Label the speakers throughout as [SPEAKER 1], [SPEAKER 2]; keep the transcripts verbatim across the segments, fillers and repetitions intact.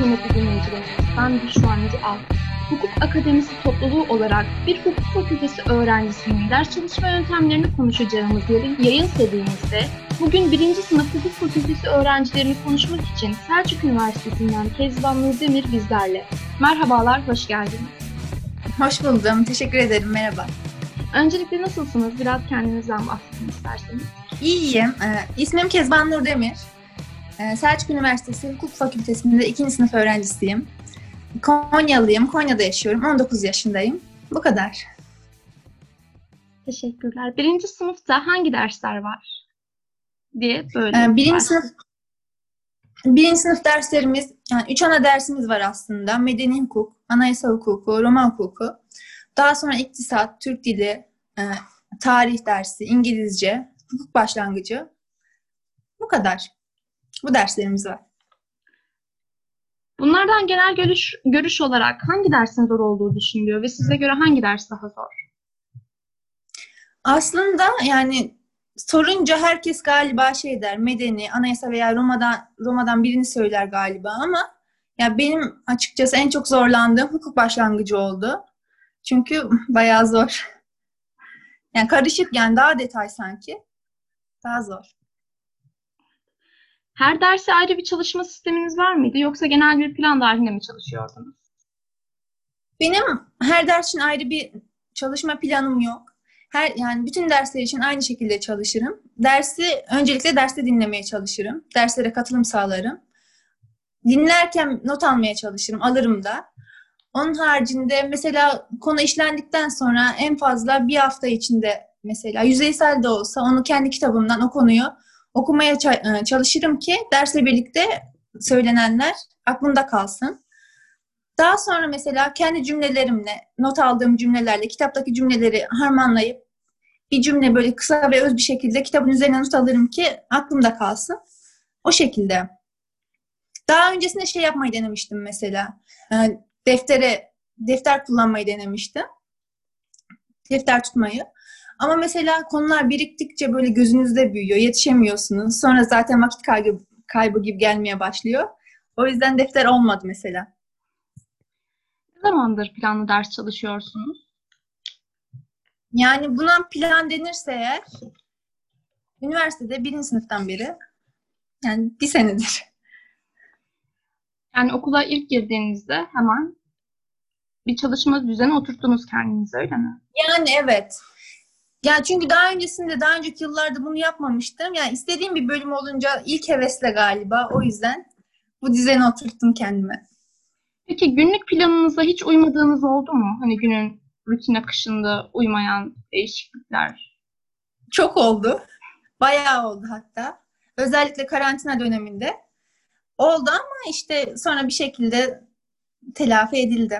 [SPEAKER 1] kıymetli dinleyicilerimiz. Ben Büşra Nuri Al. Hukuk Akademisi topluluğu olarak bir hukuk fakültesi öğrencisinin ders çalışma yöntemlerini konuşacağımız yayın serimizde bugün birinci sınıf hukuk fakültesi öğrencilerini konuşmak için Selçuk Üniversitesi'nden Kezban Nurdemir bizlerle. Merhabalar, hoş geldiniz.
[SPEAKER 2] Hoş buldum, teşekkür ederim, merhaba.
[SPEAKER 1] Öncelikle nasılsınız? Biraz kendinizden bahsedin isterseniz.
[SPEAKER 2] İyiyim, ee, ismim Kezban Nurdemir. Ee, Selçuk Üniversitesi Hukuk Fakültesi'nde ikinci sınıf öğrencisiyim. Konyalıyım, Konya'da yaşıyorum, on dokuz yaşındayım. Bu kadar.
[SPEAKER 1] Teşekkürler. Birinci sınıfta hangi dersler var diye böyle.
[SPEAKER 2] Ee, birinci sınıf birinci sınıf derslerimiz, yani üç ana dersimiz var aslında. Medeni hukuk, anayasa hukuku, Roma hukuku. Daha sonra iktisat, Türk dili, e, tarih dersi, İngilizce, hukuk başlangıcı. Bu kadar. Bu derslerimiz var.
[SPEAKER 1] Bunlardan genel görüş, görüş olarak hangi dersin zor olduğu düşünülüyor ve size göre hangi ders daha zor?
[SPEAKER 2] Aslında yani sorunca herkes galiba şey der, medeni, anayasa veya Roma'dan Roma'dan birini söyler galiba ama ya benim açıkçası en çok zorlandığım hukuk başlangıcı oldu. Çünkü bayağı zor. Yani karışık, yani daha detay sanki. Daha zor.
[SPEAKER 1] Her derse ayrı bir çalışma sisteminiz var mıydı yoksa genel bir plan dahilinde mi çalışıyordunuz?
[SPEAKER 2] Benim her ders için ayrı bir çalışma planım yok. Her yani bütün dersler için aynı şekilde çalışırım. Dersi öncelikle derste dinlemeye çalışırım. Derslere katılım sağlarım. Dinlerken not almaya çalışırım, alırım da. Onun haricinde mesela konu işlendikten sonra en fazla bir hafta içinde mesela yüzeysel de olsa onu kendi kitabımdan o konuyu okumaya çalışırım ki dersle birlikte söylenenler aklımda kalsın. Daha sonra mesela kendi cümlelerimle, not aldığım cümlelerle kitaptaki cümleleri harmanlayıp bir cümle böyle kısa ve öz bir şekilde kitabın üzerine not alırım ki aklımda kalsın. O şekilde. Daha öncesinde şey yapmayı denemiştim mesela. Deftere, defter kullanmayı denemiştim. Defter tutmayı. Ama mesela konular biriktikçe böyle gözünüzde büyüyor, yetişemiyorsunuz. Sonra zaten vakit kaybı, kaybı gibi gelmeye başlıyor. O yüzden defter olmadı mesela.
[SPEAKER 1] Ne zamandır planlı ders çalışıyorsunuz?
[SPEAKER 2] Yani buna plan denirse eğer, üniversitede birinci sınıftan beri, yani bir senedir.
[SPEAKER 1] Yani okula ilk girdiğinizde hemen bir çalışma düzeni oturttunuz kendinize, öyle mi?
[SPEAKER 2] Yani evet. Yani çünkü daha öncesinde, daha önceki yıllarda bunu yapmamıştım. Yani istediğim bir bölüm olunca ilk hevesle galiba. O yüzden bu düzeni oturttum kendime.
[SPEAKER 1] Peki günlük planınıza hiç uymadığınız oldu mu? Hani günün rutin akışında uymayan değişiklikler.
[SPEAKER 2] Çok oldu. Bayağı oldu hatta. Özellikle karantina döneminde. Oldu ama işte sonra bir şekilde telafi edildi.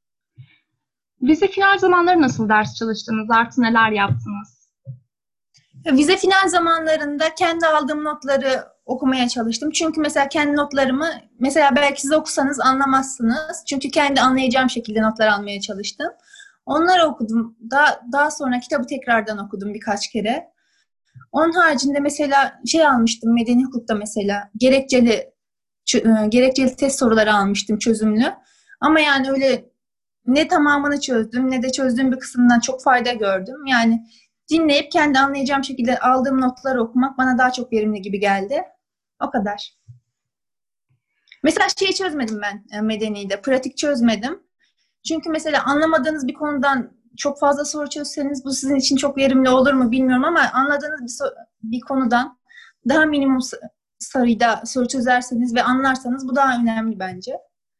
[SPEAKER 1] Vize final zamanları nasıl ders çalıştınız? Artı neler yaptınız?
[SPEAKER 2] Vize final zamanlarında kendi aldığım notları okumaya çalıştım. Çünkü mesela kendi notlarımı, mesela belki siz okusanız anlamazsınız. Çünkü kendi anlayacağım şekilde notlar almaya çalıştım. Onları okudum. Daha, daha sonra kitabı tekrardan okudum birkaç kere. Onun haricinde mesela şey almıştım, medeni hukukta mesela gerekçeli gerekçeli test soruları almıştım, çözümlü. Ama yani öyle ne tamamını çözdüm ne de çözdüğüm bir kısmından çok fayda gördüm. Yani dinleyip kendi anlayacağım şekilde aldığım notları okumak bana daha çok verimli gibi geldi. O kadar. Mesela şeyi çözmedim ben medenide. Pratik çözmedim. Çünkü mesela anlamadığınız bir konudan çok fazla soru çözseniz bu sizin için çok verimli olur mu bilmiyorum ama anladığınız bir, so- bir konudan daha minimum sayıda soru çözerseniz ve anlarsanız bu daha önemli bence.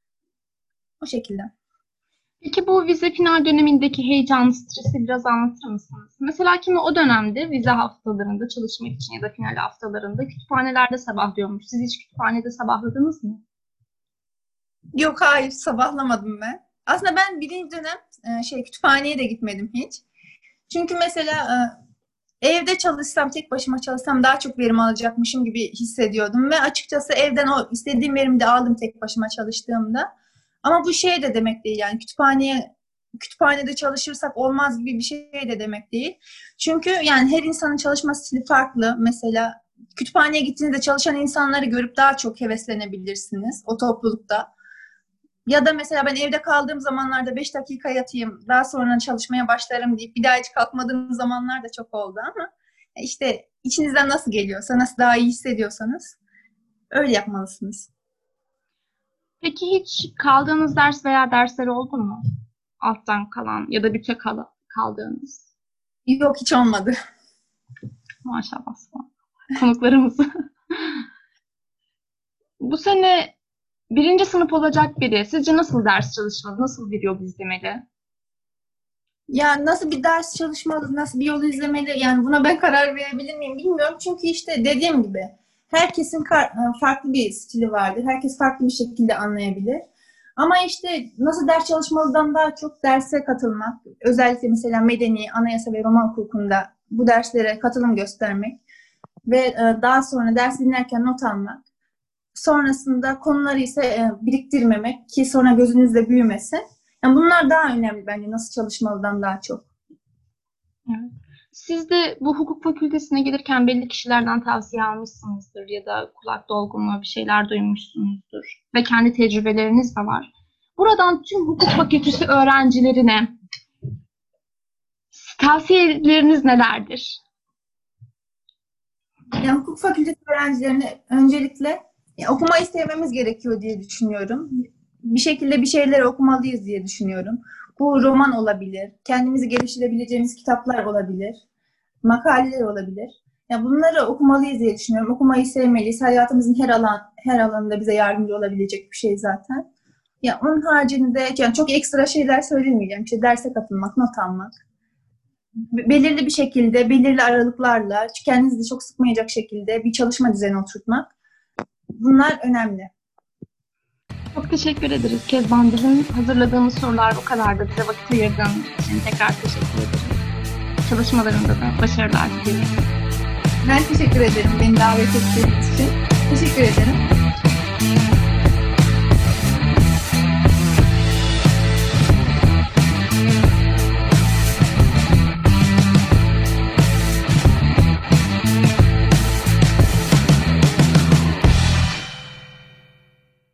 [SPEAKER 2] O şekilde.
[SPEAKER 1] Peki bu vize final dönemindeki heyecan, stresi biraz anlatır mısınız? Mesela kimi o dönemde vize haftalarında çalışmak için ya da final haftalarında kütüphanelerde sabahlıyormuş. Siz hiç kütüphanede sabahladınız mı?
[SPEAKER 2] Yok, hayır, sabahlamadım ben. Aslında ben birinci dönem şey kütüphaneye de gitmedim hiç. Çünkü mesela evde çalışsam, tek başıma çalışsam daha çok verim alacakmışım gibi hissediyordum. Ve açıkçası evden o istediğim verimi de aldım tek başıma çalıştığımda. Ama bu şey de demek değil, yani kütüphaneye kütüphanede çalışırsak olmaz gibi bir şey de demek değil. Çünkü yani her insanın çalışma stili farklı. Mesela kütüphaneye gittiğinizde çalışan insanları görüp daha çok heveslenebilirsiniz o toplulukta. Ya da mesela ben evde kaldığım zamanlarda beş dakika yatayım, daha sonra çalışmaya başlarım deyip bir daha hiç kalkmadığım zamanlar da çok oldu ama işte içinizden nasıl geliyorsa, nasıl daha iyi hissediyorsanız öyle yapmalısınız.
[SPEAKER 1] Peki hiç kaldığınız ders veya dersler oldu mu? Alttan kalan ya da büte kal kaldığınız.
[SPEAKER 2] Yok, hiç olmadı.
[SPEAKER 1] Maşallah. Konuklarımız. Bu sene birinci sınıf olacak biri sizce nasıl ders çalışmalı, nasıl bir yol izlemeli?
[SPEAKER 2] Ya nasıl bir ders çalışmalı, nasıl bir yol izlemeli, yani buna ben karar verebilir miyim bilmiyorum. Çünkü işte dediğim gibi herkesin farklı bir stili vardır. Herkes farklı bir şekilde anlayabilir. Ama işte nasıl ders çalışmalıdan daha çok derse katılmak, özellikle mesela medeni, anayasa ve roman hukukunda bu derslere katılım göstermek ve daha sonra ders dinlerken not almak, sonrasında konuları ise biriktirmemek ki sonra gözünüzde büyümesin. Yani bunlar daha önemli bence nasıl çalışmalıdan daha çok.
[SPEAKER 1] Evet. Siz de bu hukuk fakültesine gelirken belli kişilerden tavsiye almışsınızdır ya da kulak dolgunluğu bir şeyler duymuşsunuzdur ve kendi tecrübeleriniz de var. Buradan tüm hukuk fakültesi öğrencilerine tavsiyeleriniz nelerdir?
[SPEAKER 2] Yani hukuk fakültesi öğrencilerine öncelikle yani okumayı sevmemiz gerekiyor diye düşünüyorum. Bir şekilde bir şeyleri okumalıyız diye düşünüyorum. Bu roman olabilir, kendimizi geliştirebileceğimiz kitaplar olabilir, makaleler olabilir. Yani bunları okumalıyız diye düşünüyorum. Okumayı sevmeliyiz. Hayatımızın her alan her alanında bize yardımcı olabilecek bir şey zaten. Ya onun haricinde yani çok ekstra şeyler söylemeyeceğim. İşte derse katılmak, not almak. Belirli bir şekilde, belirli aralıklarla, kendinizi çok sıkmayacak şekilde bir çalışma düzeni oturtmak. Bunlar önemli.
[SPEAKER 1] Çok teşekkür ederiz Kezban. Bizim hazırladığımız sorular bu kadardı. Bize vakit ayırdığın için tekrar teşekkür ederim. Çalışmalarında da başarılar diliyorum.
[SPEAKER 2] Ben teşekkür ederim beni davet ettiğiniz için. Teşekkür ederim.